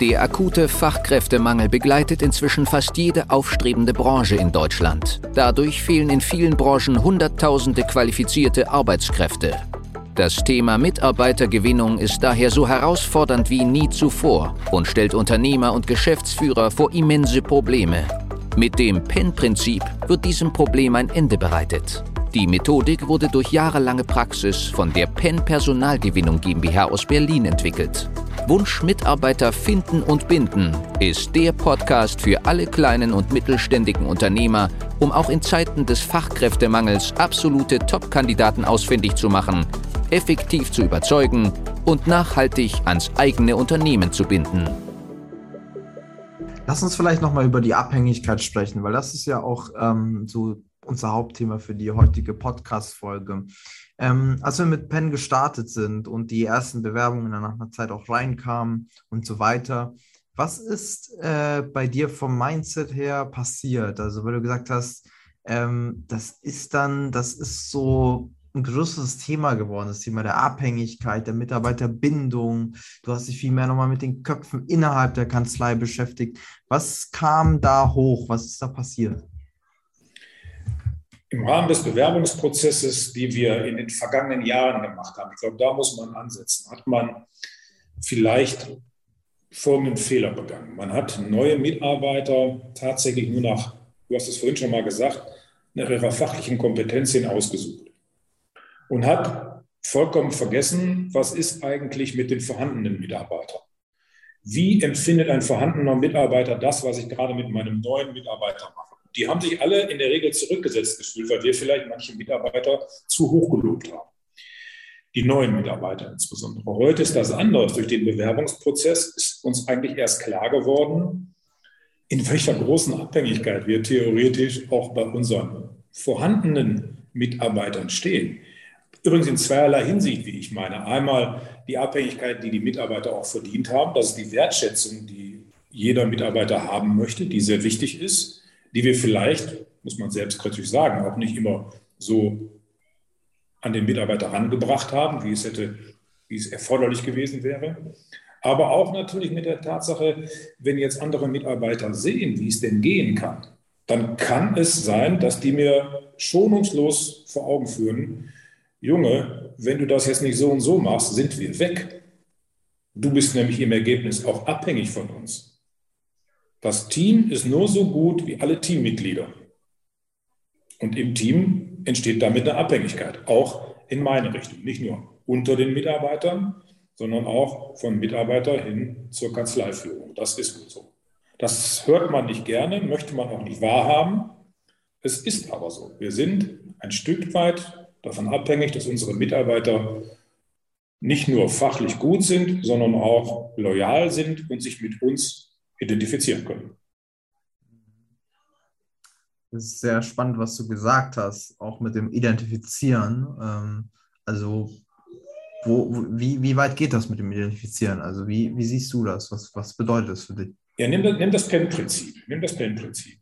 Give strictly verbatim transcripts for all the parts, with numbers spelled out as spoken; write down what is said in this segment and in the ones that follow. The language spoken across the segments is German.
Der akute Fachkräftemangel begleitet inzwischen fast jede aufstrebende Branche in Deutschland. Dadurch fehlen in vielen Branchen Hunderttausende qualifizierte Arbeitskräfte. Das Thema Mitarbeitergewinnung ist daher so herausfordernd wie nie zuvor und stellt Unternehmer und Geschäftsführer vor immense Probleme. Mit dem P E N-Prinzip wird diesem Problem ein Ende bereitet. Die Methodik wurde durch jahrelange Praxis von der P E N Personalgewinnung GmbH aus Berlin entwickelt. Wunsch Mitarbeiter finden und binden ist der Podcast für alle kleinen und mittelständigen Unternehmer, um auch in Zeiten des Fachkräftemangels absolute Top-Kandidaten ausfindig zu machen, effektiv zu überzeugen und nachhaltig ans eigene Unternehmen zu binden. Lass uns vielleicht nochmal über die Abhängigkeit sprechen, weil das ist ja auch ähm, so unser Hauptthema für die heutige Podcast-Folge. Ähm, als wir mit P E N gestartet sind und die ersten Bewerbungen dann nach einer Zeit auch reinkamen und so weiter, was ist äh, bei dir vom Mindset her passiert? Also weil du gesagt hast, ähm, das ist dann, das ist so ein größeres Thema geworden, das Thema der Abhängigkeit, der Mitarbeiterbindung. Du hast dich viel mehr nochmal mit den Köpfen innerhalb der Kanzlei beschäftigt. Was kam da hoch? Was ist da passiert? Im Rahmen des Bewerbungsprozesses, die wir in den vergangenen Jahren gemacht haben, ich glaube, da muss man ansetzen, hat man vielleicht folgenden Fehler begangen. Man hat neue Mitarbeiter tatsächlich nur nach, du hast es vorhin schon mal gesagt, nach ihrer fachlichen Kompetenz hin ausgesucht und hat vollkommen vergessen, was ist eigentlich mit den vorhandenen Mitarbeitern. Wie empfindet ein vorhandener Mitarbeiter das, was ich gerade mit meinem neuen Mitarbeiter mache? Die haben sich alle in der Regel zurückgesetzt gefühlt, weil wir vielleicht manche Mitarbeiter zu hoch gelobt haben. Die neuen Mitarbeiter insbesondere. Heute ist das anders. Durch den Bewerbungsprozess ist uns eigentlich erst klar geworden, in welcher großen Abhängigkeit wir theoretisch auch bei unseren vorhandenen Mitarbeitern stehen. Übrigens in zweierlei Hinsicht, wie ich meine. Einmal die Abhängigkeit, die die Mitarbeiter auch verdient haben. Das ist die Wertschätzung, die jeder Mitarbeiter haben möchte, die sehr wichtig ist, die wir vielleicht, muss man selbstkritisch sagen, auch nicht immer so an den Mitarbeiter herangebracht haben, wie es hätte, wie es erforderlich gewesen wäre. Aber auch natürlich mit der Tatsache, wenn jetzt andere Mitarbeiter sehen, wie es denn gehen kann, dann kann es sein, dass die mir schonungslos vor Augen führen, Junge, wenn du das jetzt nicht so und so machst, sind wir weg. Du bist nämlich im Ergebnis auch abhängig von uns. Das Team ist nur so gut wie alle Teammitglieder. Und im Team entsteht damit eine Abhängigkeit, auch in meine Richtung. Nicht nur unter den Mitarbeitern, sondern auch von Mitarbeiter hin zur Kanzleiführung. Das ist wohl so. Das hört man nicht gerne, möchte man auch nicht wahrhaben. Es ist aber so. Wir sind ein Stück weit davon abhängig, dass unsere Mitarbeiter nicht nur fachlich gut sind, sondern auch loyal sind und sich mit uns identifizieren können. Das ist sehr spannend, was du gesagt hast, auch mit dem Identifizieren. Ähm, also wo, wo, wie, wie weit geht das mit dem Identifizieren? Also wie, wie siehst du das? Was, was bedeutet das für dich? Ja, nimm das, nimm das P E N-Prinzip. Nimm das P E N-Prinzip.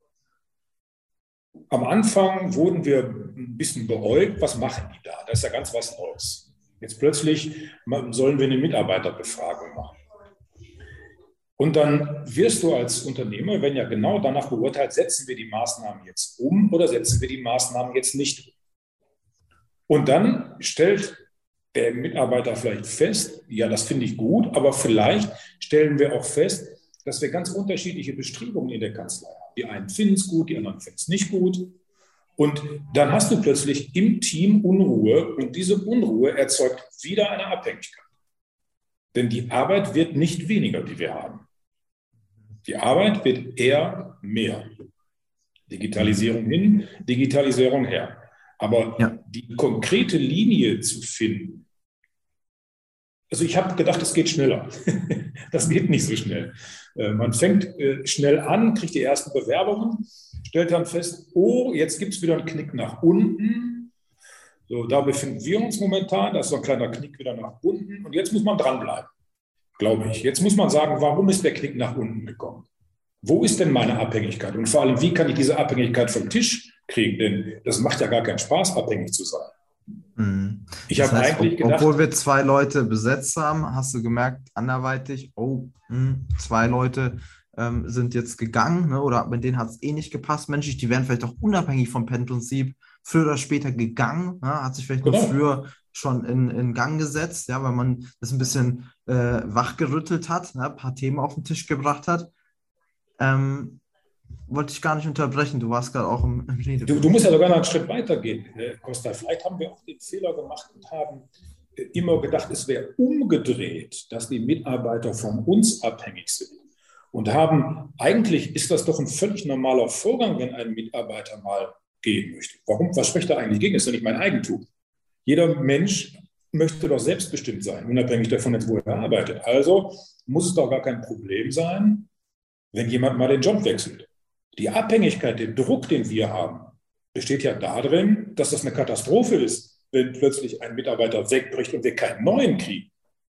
Am Anfang wurden wir ein bisschen beäugt, was machen die da? Das ist ja ganz was Neues. Jetzt plötzlich sollen wir eine Mitarbeiterbefragung machen. Und dann wirst du als Unternehmer, wenn ja genau danach beurteilt, setzen wir die Maßnahmen jetzt um oder setzen wir die Maßnahmen jetzt nicht um. Und dann stellt der Mitarbeiter vielleicht fest, ja, das finde ich gut, aber vielleicht stellen wir auch fest, dass wir ganz unterschiedliche Bestrebungen in der Kanzlei haben. Die einen finden es gut, die anderen finden es nicht gut. Und dann hast du plötzlich im Team Unruhe und diese Unruhe erzeugt wieder eine Abhängigkeit. Denn die Arbeit wird nicht weniger, die wir haben. Die Arbeit wird eher mehr. Digitalisierung hin, Digitalisierung her. Aber ja, die konkrete Linie zu finden, also ich habe gedacht, es geht schneller. Das geht nicht so schnell. Man fängt schnell an, kriegt die ersten Bewerbungen, stellt dann fest, oh, jetzt gibt es wieder einen Knick nach unten. So, da befinden wir uns momentan, da ist so ein kleiner Knick wieder nach unten und jetzt muss man dranbleiben. Glaube ich. Jetzt muss man sagen, warum ist der Knick nach unten gekommen? Wo ist denn meine Abhängigkeit? Und vor allem, wie kann ich diese Abhängigkeit vom Tisch kriegen? Denn das macht ja gar keinen Spaß, abhängig zu sein. Mhm. Ich Das habe heißt, eigentlich ob, gedacht, obwohl wir zwei Leute besetzt haben, hast du gemerkt, anderweitig, oh, mh, zwei Leute ähm, sind jetzt gegangen, ne, oder mit denen hat es eh nicht gepasst. Menschlich, die wären vielleicht auch unabhängig vom Penn-Prinzip früher oder später gegangen, ne, hat sich vielleicht nur genau. früher schon in, in Gang gesetzt, ja, weil man das ein bisschen äh, wachgerüttelt hat, ne, ein paar Themen auf den Tisch gebracht hat. Ähm, wollte ich gar nicht unterbrechen, du warst gerade auch im, im Du, du Redefluss. musst ja sogar noch einen Schritt weiter gehen, äh, Costa. Vielleicht haben wir auch den Fehler gemacht und haben äh, immer gedacht, es wäre umgedreht, dass die Mitarbeiter von uns abhängig sind. Und haben, eigentlich ist das doch ein völlig normaler Vorgang, wenn ein Mitarbeiter mal gehen möchte. Warum, was spricht da eigentlich gegen? Das ist doch nicht mein Eigentum. Jeder Mensch möchte doch selbstbestimmt sein, unabhängig davon, jetzt, wo er arbeitet. Also muss es doch gar kein Problem sein, wenn jemand mal den Job wechselt. Die Abhängigkeit, der Druck, den wir haben, besteht ja darin, dass das eine Katastrophe ist, wenn plötzlich ein Mitarbeiter wegbricht und wir keinen neuen kriegen.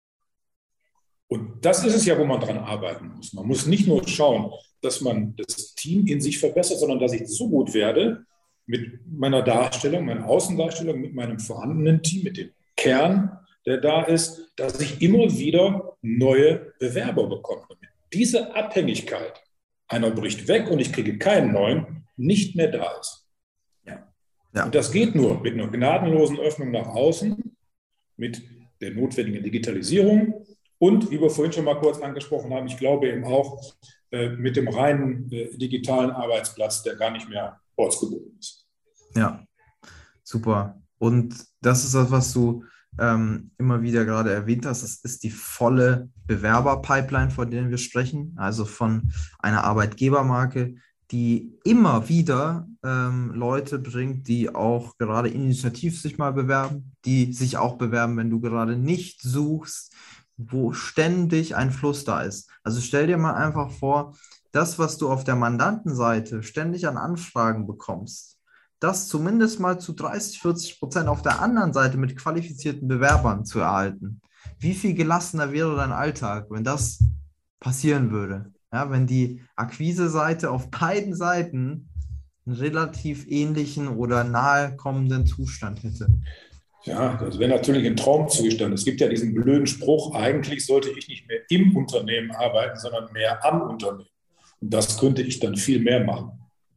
Und das ist es ja, wo man dran arbeiten muss. Man muss nicht nur schauen, dass man das Team in sich verbessert, sondern dass ich so gut werde mit meiner Darstellung, meiner Außendarstellung, mit meinem vorhandenen Team, mit dem Kern, der da ist, dass ich immer wieder neue Bewerber bekomme. Und diese Abhängigkeit, einer bricht weg und ich kriege keinen neuen, nicht mehr da ist. Ja. Ja. Und das geht nur mit einer gnadenlosen Öffnung nach außen, mit der notwendigen Digitalisierung und, wie wir vorhin schon mal kurz angesprochen haben, ich glaube eben auch äh, mit dem reinen äh, digitalen Arbeitsplatz, der gar nicht mehr ortsgebunden ist. Ja, super. Und das ist das, was du ähm, immer wieder gerade erwähnt hast. Das ist die volle Bewerberpipeline, von der wir sprechen. Also von einer Arbeitgebermarke, die immer wieder ähm, Leute bringt, die auch gerade initiativ sich mal bewerben, die sich auch bewerben, wenn du gerade nicht suchst, wo ständig ein Fluss da ist. Also stell dir mal einfach vor, das, was du auf der Mandantenseite ständig an Anfragen bekommst, das zumindest mal zu dreißig, vierzig Prozent auf der anderen Seite mit qualifizierten Bewerbern zu erhalten. Wie viel gelassener wäre dein Alltag, wenn das passieren würde? Ja, wenn die Akquise-Seite auf beiden Seiten einen relativ ähnlichen oder nahe kommenden Zustand hätte. Ja, das wäre natürlich ein Traumzustand. Es gibt ja diesen blöden Spruch, eigentlich sollte ich nicht mehr im Unternehmen arbeiten, sondern mehr am Unternehmen. Und das könnte ich dann viel mehr machen.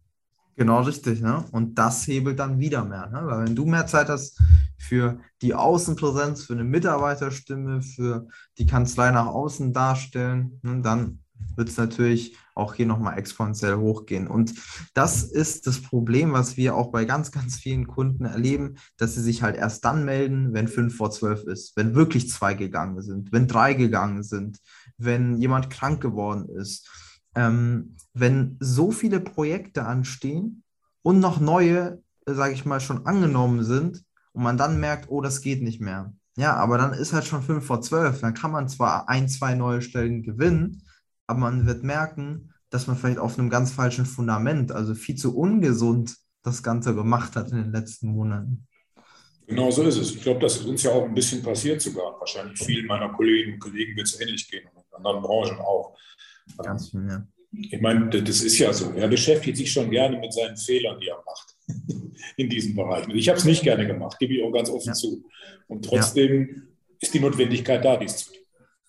Genau richtig, ne? Und das hebelt dann wieder mehr, ne? Weil wenn du mehr Zeit hast für die Außenpräsenz, für eine Mitarbeiterstimme, für die Kanzlei nach außen darstellen, ne, dann wird es natürlich auch hier nochmal exponentiell hochgehen. Und das ist das Problem, was wir auch bei ganz, ganz vielen Kunden erleben, dass sie sich halt erst dann melden, wenn fünf vor zwölf ist, wenn wirklich zwei gegangen sind, wenn drei gegangen sind, wenn jemand krank geworden ist. Ähm, wenn so viele Projekte anstehen und noch neue, sage ich mal, schon angenommen sind und man dann merkt, oh, das geht nicht mehr. Ja, aber dann ist halt schon fünf vor zwölf. Dann kann man zwar ein, zwei neue Stellen gewinnen, aber man wird merken, dass man vielleicht auf einem ganz falschen Fundament, also viel zu ungesund, das Ganze gemacht hat in den letzten Monaten. Genau so ist es. Ich glaube, das ist uns ja auch ein bisschen passiert sogar. Wahrscheinlich vielen meiner Kolleginnen und Kollegen wird es ähnlich gehen und in anderen Branchen auch. Ganz viel, ja. Ich meine, das ist ja so. Er beschäftigt sich schon gerne mit seinen Fehlern, die er macht in diesem Bereich. Ich habe es nicht gerne gemacht, gebe ich auch ganz offen ja. zu. Und trotzdem ja. ist die Notwendigkeit da, dies zu tun.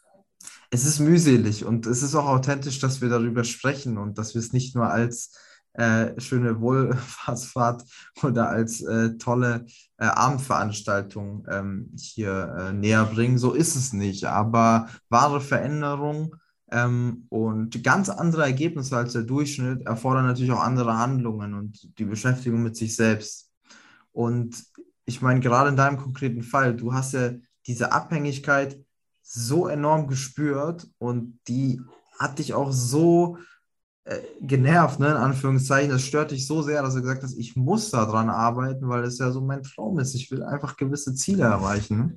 Es ist mühselig und es ist auch authentisch, dass wir darüber sprechen und dass wir es nicht nur als äh, schöne Wohlfahrtsfahrt oder als äh, tolle äh, Abendveranstaltung ähm, hier äh, näher bringen. So ist es nicht, aber wahre Veränderung ähm, und ganz andere Ergebnisse als der Durchschnitt erfordern natürlich auch andere Handlungen und die Beschäftigung mit sich selbst. Und ich meine, gerade in deinem konkreten Fall, du hast ja diese Abhängigkeit so enorm gespürt und die hat dich auch so äh, genervt, ne, in Anführungszeichen. Das stört dich so sehr, dass du gesagt hast, ich muss da dran arbeiten, weil es ja so mein Traum ist. Ich will einfach gewisse Ziele erreichen.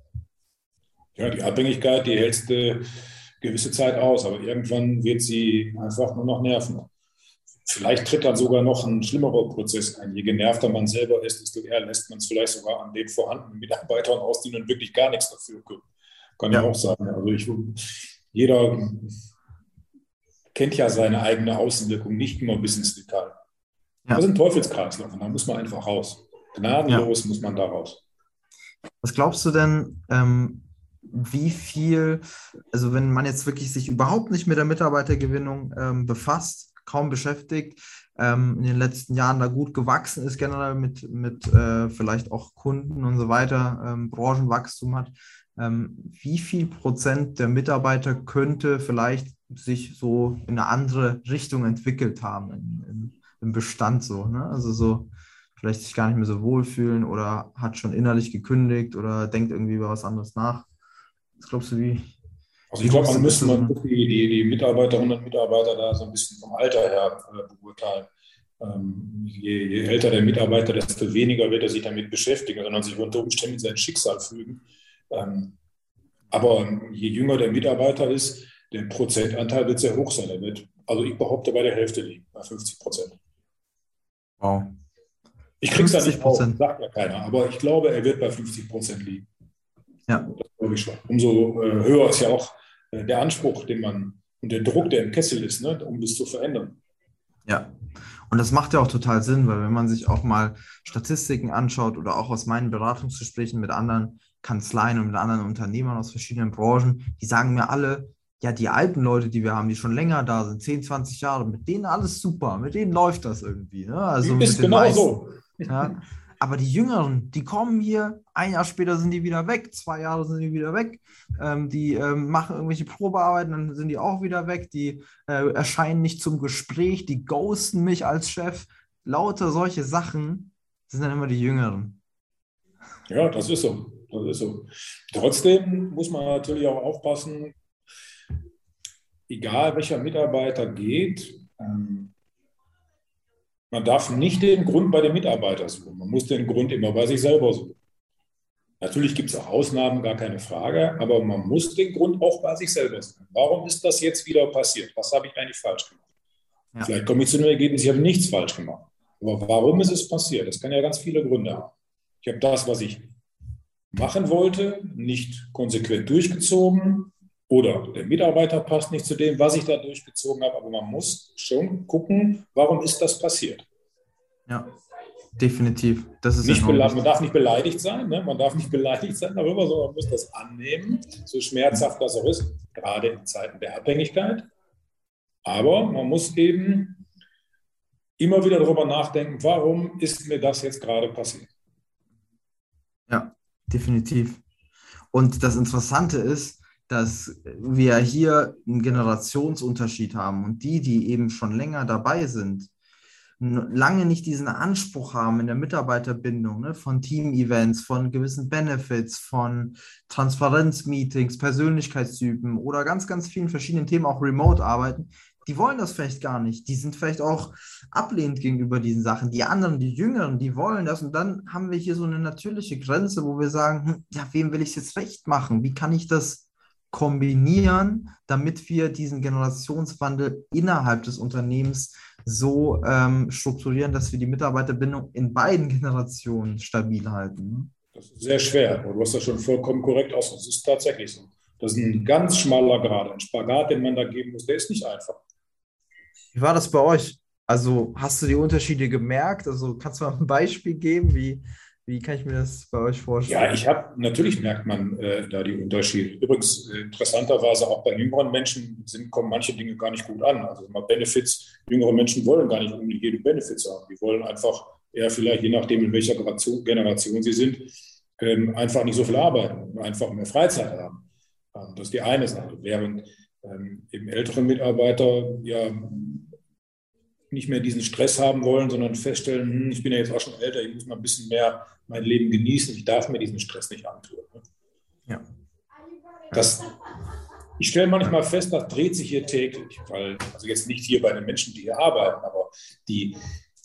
Ja, die Abhängigkeit, die hältst du gewisse Zeit aus, aber irgendwann wird sie einfach nur noch nerven. Vielleicht tritt dann sogar noch ein schlimmerer Prozess ein. Je genervter man selber ist, desto eher lässt man es vielleicht sogar an den vorhandenen Mitarbeitern aus, die nun wirklich gar nichts dafür können. Kann ja auch sein. Also ich, jeder kennt ja seine eigene Außenwirkung nicht immer bis ins Detail. Ja. Das ist ein Teufelskreislauf und da muss man einfach raus. Gnadenlos ja. muss man da raus. Was glaubst du denn, ähm, wie viel, also wenn man jetzt wirklich sich überhaupt nicht mit der Mitarbeitergewinnung ähm, befasst, kaum beschäftigt, ähm, in den letzten Jahren da gut gewachsen ist, generell mit, mit äh, vielleicht auch Kunden und so weiter, ähm, Branchenwachstum hat, ähm, wie viel Prozent der Mitarbeiter könnte vielleicht sich so in eine andere Richtung entwickelt haben, in, in, im Bestand so, ne? Also so vielleicht sich gar nicht mehr so wohlfühlen oder hat schon innerlich gekündigt oder denkt irgendwie über was anderes nach. Was glaubst du, wie, Also wie ich hoch glaube, man sind ist müsste das? man muss die, die, die Mitarbeiterinnen und Mitarbeiter da so ein bisschen vom Alter her äh, beurteilen. Ähm, je, je älter der Mitarbeiter, desto weniger wird er sich damit beschäftigen, sondern sich unter Umständen in sein Schicksal fügen. Ähm, aber je jünger der Mitarbeiter ist, der Prozentanteil wird sehr hoch sein. Er wird, also ich behaupte, bei der Hälfte liegen, bei fünfzig Prozent. Wow. Ich krieg's da fünfzig nicht auf, Prozent. sagt ja keiner, aber ich glaube, er wird bei fünfzig Prozent liegen. Ja. Das glaube ich schon. Umso äh, höher ist ja auch äh, der Anspruch, den man und der Druck, der im Kessel ist, ne, um das zu verändern. Ja. Und das macht ja auch total Sinn, weil wenn man sich auch mal Statistiken anschaut oder auch aus meinen Beratungsgesprächen mit anderen Kanzleien und mit anderen Unternehmern aus verschiedenen Branchen, die sagen mir alle, ja, die alten Leute, die wir haben, die schon länger da sind, zehn, zwanzig Jahre, mit denen alles super, mit denen läuft das irgendwie, ne? Also mit Ist den genau meisten. so. Ja. Aber die Jüngeren, die kommen hier, ein Jahr später sind die wieder weg, zwei Jahre sind die wieder weg, ähm, die ähm, machen irgendwelche Probearbeiten, dann sind die auch wieder weg, die äh, erscheinen nicht zum Gespräch, die ghosten mich als Chef. Lauter solche Sachen sind dann immer die Jüngeren. Ja, das ist so. Das ist so. Trotzdem muss man natürlich auch aufpassen, egal welcher Mitarbeiter geht, ähm, man darf nicht den Grund bei dem Mitarbeiter suchen. Man muss den Grund immer bei sich selber suchen. Natürlich gibt es auch Ausnahmen, gar keine Frage, aber man muss den Grund auch bei sich selber suchen. Warum ist das jetzt wieder passiert? Was habe ich eigentlich falsch gemacht? Ja. Vielleicht komme ich zu dem Ergebnis, ich habe nichts falsch gemacht. Aber warum ist es passiert? Das kann ja ganz viele Gründe haben. Ich habe das, was ich machen wollte, nicht konsequent durchgezogen oder der Mitarbeiter passt nicht zu dem, was ich da durchgezogen habe. Aber man muss schon gucken, warum ist das passiert? Ja, definitiv. Das ist Nicht enorm bele- wichtig. man darf nicht beleidigt sein, ne? Man darf nicht beleidigt sein darüber, sondern man muss das annehmen, so schmerzhaft das auch ist, gerade in Zeiten der Abhängigkeit. Aber man muss eben immer wieder darüber nachdenken, warum ist mir das jetzt gerade passiert? Ja, definitiv. Und das Interessante ist, dass wir hier einen Generationsunterschied haben und die, die eben schon länger dabei sind, n- lange nicht diesen Anspruch haben in der Mitarbeiterbindung, ne, von Team-Events, von gewissen Benefits, von Transparenzmeetings, Persönlichkeitstypen oder ganz, ganz vielen verschiedenen Themen, auch Remote-Arbeiten. Die wollen das vielleicht gar nicht. Die sind vielleicht auch ablehnend gegenüber diesen Sachen. Die anderen, die Jüngeren, die wollen das. Und dann haben wir hier so eine natürliche Grenze, wo wir sagen, hm, ja, wem will ich es jetzt recht machen? Wie kann ich das kombinieren, damit wir diesen Generationswandel innerhalb des Unternehmens so ähm, strukturieren, dass wir die Mitarbeiterbindung in beiden Generationen stabil halten. Das ist sehr schwer. Du hast das schon vollkommen korrekt aus. Das ist tatsächlich so. Das ist ein ganz schmaler Grad. Ein Spagat, den man da geben muss, der ist nicht einfach. Wie war das bei euch? Also hast du die Unterschiede gemerkt? Also kannst du mal ein Beispiel geben? Wie, wie kann ich mir das bei euch vorstellen? Ja, ich habe, natürlich merkt man äh, da die Unterschiede. Übrigens, äh, interessanterweise auch bei jüngeren Menschen sind, kommen manche Dinge gar nicht gut an. Also mal Benefits, jüngere Menschen wollen gar nicht unbedingt jede Benefits haben. Die wollen einfach eher vielleicht, je nachdem, in welcher Generation, Generation sie sind, ähm, einfach nicht so viel arbeiten, einfach mehr Freizeit haben. Ähm, das ist die eine Sache. Während ähm, eben ältere Mitarbeiter ja nicht mehr diesen Stress haben wollen, sondern feststellen, hm, ich bin ja jetzt auch schon älter, ich muss mal ein bisschen mehr mein Leben genießen, ich darf mir diesen Stress nicht antun. Ja. Das, ich stelle manchmal fest, das dreht sich hier täglich, weil, also jetzt nicht hier bei den Menschen, die hier arbeiten, aber die,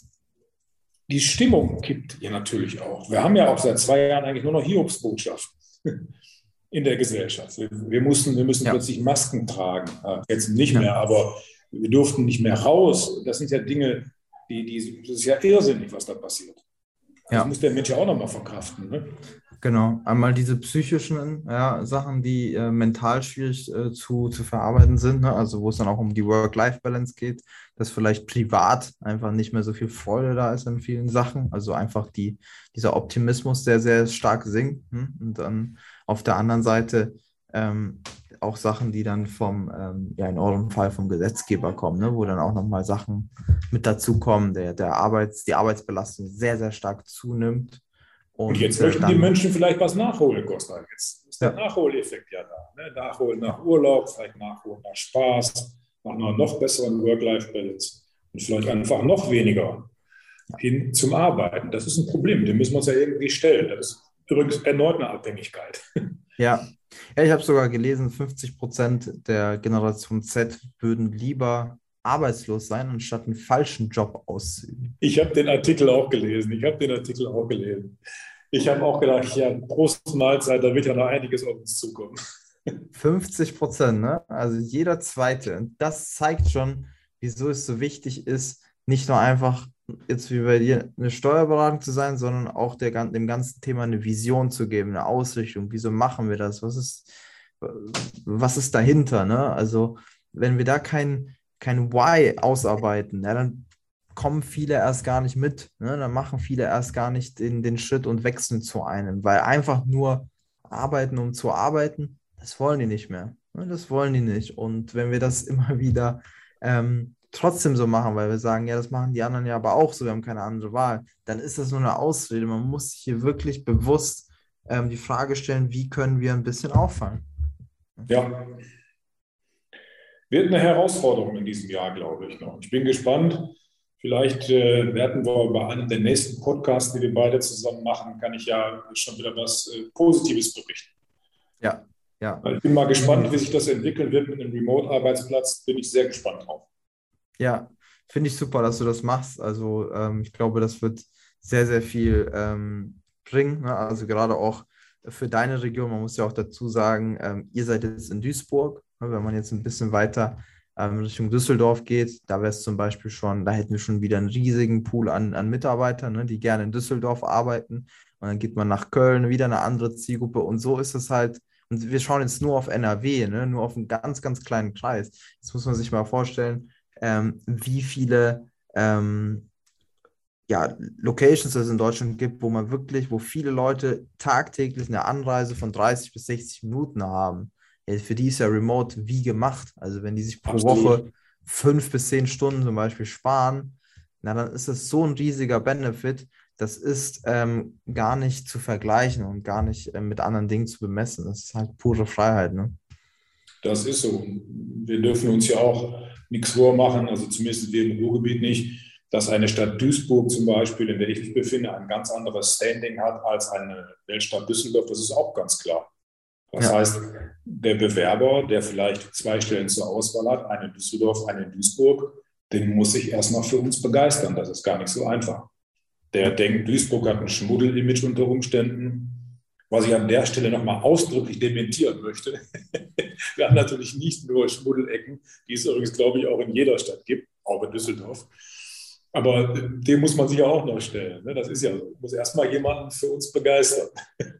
die Stimmung kippt hier natürlich auch. Wir haben ja auch seit zwei Jahren eigentlich nur noch Hiobsbotschaften in der Gesellschaft. Wir, wir, mussten, wir müssen ja. plötzlich Masken tragen, jetzt nicht mehr, ja. aber wir durften nicht mehr raus. Das sind ja Dinge, die, die, das ist ja irrsinnig, was da passiert. Ja. Das muss der Mensch ja auch nochmal verkraften. Ne? Genau, einmal diese psychischen ja, Sachen, die äh, mental schwierig äh, zu, zu verarbeiten sind, ne? Also wo es dann auch um die Work-Life-Balance geht, dass vielleicht privat einfach nicht mehr so viel Freude da ist an vielen Sachen, also einfach die, dieser Optimismus sehr, sehr stark sinkt. Hm? Und dann auf der anderen Seite ähm, auch Sachen, die dann vom, ähm, ja in eurem Fall vom Gesetzgeber kommen, ne? Wo dann auch nochmal Sachen mit dazukommen, der, der Arbeits, die Arbeitsbelastung sehr, sehr stark zunimmt. Und jetzt Und, äh, möchten dann, die Menschen vielleicht was nachholen, Costa. Jetzt ist der ja, Nachholeffekt ja da. Ne? Nachholen nach Urlaub, vielleicht nachholen nach Spaß, nach einer noch besseren Work-Life-Balance und vielleicht einfach noch weniger hin zum Arbeiten. Das ist ein Problem, dem müssen wir uns ja irgendwie stellen. Das ist übrigens erneut eine Abhängigkeit. ja. Ja, ich habe sogar gelesen, fünfzig Prozent der Generation Z würden lieber arbeitslos sein, anstatt einen falschen Job auszuüben. Ich habe den Artikel auch gelesen. Ich habe den Artikel auch gelesen. Ich habe auch gedacht, ja, Prost Mahlzeit, da wird ja noch einiges auf uns zukommen. fünfzig Prozent, ne? Also jeder Zweite. Und das zeigt schon, wieso es so wichtig ist, nicht nur einfach jetzt wie bei dir eine Steuerberatung zu sein, sondern auch der, dem ganzen Thema eine Vision zu geben, eine Ausrichtung. Wieso machen wir das? Was ist, was ist dahinter, ne? Also wenn wir da kein, kein Why ausarbeiten, ja, dann kommen viele erst gar nicht mit, ne? Dann machen viele erst gar nicht den, den Schritt und wechseln zu einem, weil einfach nur arbeiten, um zu arbeiten, das wollen die nicht mehr. Ne? Das wollen die nicht. Und wenn wir das immer wieder ähm, trotzdem so machen, weil wir sagen, ja, das machen die anderen ja aber auch so, wir haben keine andere Wahl, dann ist das nur eine Ausrede. Man muss sich hier wirklich bewusst ähm, die Frage stellen, wie können wir ein bisschen auffangen? Ja, wird eine Herausforderung in diesem Jahr, glaube ich noch. Ich bin gespannt. Vielleicht äh, werden wir bei einem der nächsten Podcasts, die wir beide zusammen machen, kann ich ja schon wieder was äh, Positives berichten. Ja, ja. Ich bin mal gespannt, wie sich das entwickeln wird mit einem Remote-Arbeitsplatz. Bin ich sehr gespannt drauf. Ja, finde ich super, dass du das machst. Also ähm, ich glaube, das wird sehr, sehr viel ähm, bringen. Ne? Also gerade auch für deine Region. Man muss ja auch dazu sagen, ähm, ihr seid jetzt in Duisburg. Ne? Wenn man jetzt ein bisschen weiter ähm, Richtung Düsseldorf geht, da wäre es zum Beispiel schon, da hätten wir schon wieder einen riesigen Pool an, an Mitarbeitern, ne? Die gerne in Düsseldorf arbeiten. Und dann geht man nach Köln, wieder eine andere Zielgruppe. Und so ist es halt. Und wir schauen jetzt nur auf N R W, ne? Nur auf einen ganz, ganz kleinen Kreis. Jetzt muss man sich mal vorstellen, Ähm, wie viele ähm, ja, Locations es in Deutschland gibt, wo man wirklich, wo viele Leute tagtäglich eine Anreise von dreißig bis sechzig Minuten haben. Ja, für die ist ja Remote wie gemacht. Also wenn die sich pro Absolut. Woche fünf bis zehn Stunden zum Beispiel sparen, na dann ist das so ein riesiger Benefit. Das ist ähm, gar nicht zu vergleichen und gar nicht äh, mit anderen Dingen zu bemessen. Das ist halt pure Freiheit, ne? Das ist so. Wir dürfen uns ja auch nichts vormachen, also zumindest wir im Ruhrgebiet nicht, dass eine Stadt Duisburg zum Beispiel, in der ich mich befinde, ein ganz anderes Standing hat als eine Weltstadt Düsseldorf. Das ist auch ganz klar. Das Ja. heißt, der Bewerber, der vielleicht zwei Stellen zur Auswahl hat, eine in Düsseldorf, eine in Duisburg, den muss sich erstmal für uns begeistern. Das ist gar nicht so einfach. Der denkt, Duisburg hat ein Schmuddel-Image unter Umständen. Was ich an der Stelle nochmal ausdrücklich dementieren möchte. Wir haben natürlich nicht nur Schmuddelecken, die es übrigens, glaube ich, auch in jeder Stadt gibt, auch in Düsseldorf. Aber dem muss man sich ja auch noch stellen. Das ist ja so. Muss erstmal jemanden für uns begeistern.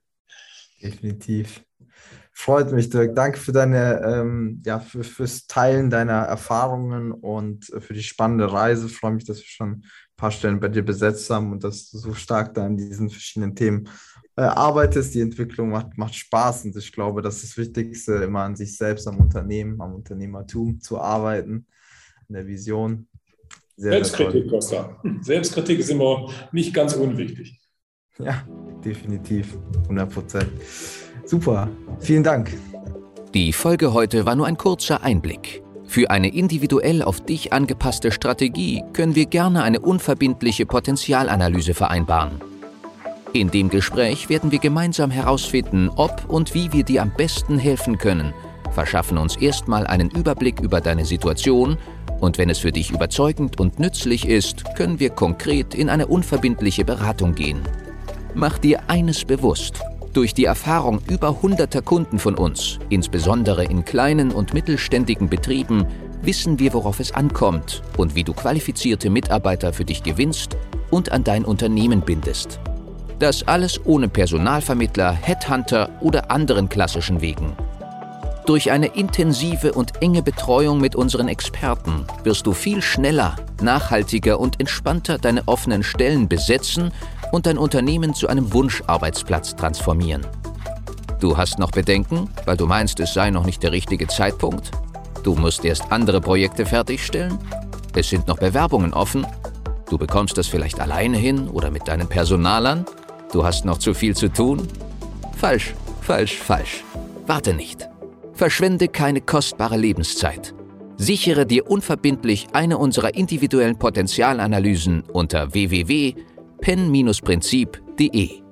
Definitiv. Freut mich, Dirk. Danke für deine, ähm, ja, für, fürs Teilen deiner Erfahrungen und für die spannende Reise. Ich freue mich, dass wir schon ein paar Stellen bei dir besetzt haben und dass du so stark da an diesen verschiedenen Themen äh, arbeitest. Die Entwicklung macht, macht Spaß und ich glaube, das ist das Wichtigste, immer an sich selbst, am Unternehmen, am Unternehmertum zu arbeiten, an der Vision. Sehr, Selbstkritik, sehr Costa. Selbstkritik ist immer nicht ganz unwichtig. Ja, definitiv. hundert Prozent. Super. Vielen Dank. Die Folge heute war nur ein kurzer Einblick. Für eine individuell auf dich angepasste Strategie können wir gerne eine unverbindliche Potenzialanalyse vereinbaren. In dem Gespräch werden wir gemeinsam herausfinden, ob und wie wir dir am besten helfen können, verschaffen uns erstmal einen Überblick über deine Situation und wenn es für dich überzeugend und nützlich ist, können wir konkret in eine unverbindliche Beratung gehen. Mach dir eines bewusst: Durch die Erfahrung über hunderter Kunden von uns, insbesondere in kleinen und mittelständigen Betrieben, wissen wir, worauf es ankommt und wie du qualifizierte Mitarbeiter für dich gewinnst und an dein Unternehmen bindest. Das alles ohne Personalvermittler, Headhunter oder anderen klassischen Wegen. Durch eine intensive und enge Betreuung mit unseren Experten wirst du viel schneller, nachhaltiger und entspannter deine offenen Stellen besetzen und dein Unternehmen zu einem Wunscharbeitsplatz transformieren. Du hast noch Bedenken, weil du meinst, es sei noch nicht der richtige Zeitpunkt? Du musst erst andere Projekte fertigstellen? Es sind noch Bewerbungen offen? Du bekommst das vielleicht alleine hin oder mit deinen Personalern? Du hast noch zu viel zu tun? Falsch, falsch, falsch. Warte nicht. Verschwende keine kostbare Lebenszeit. Sichere dir unverbindlich eine unserer individuellen Potenzialanalysen unter w w w punkt pen Bindestrich prinzip punkt de.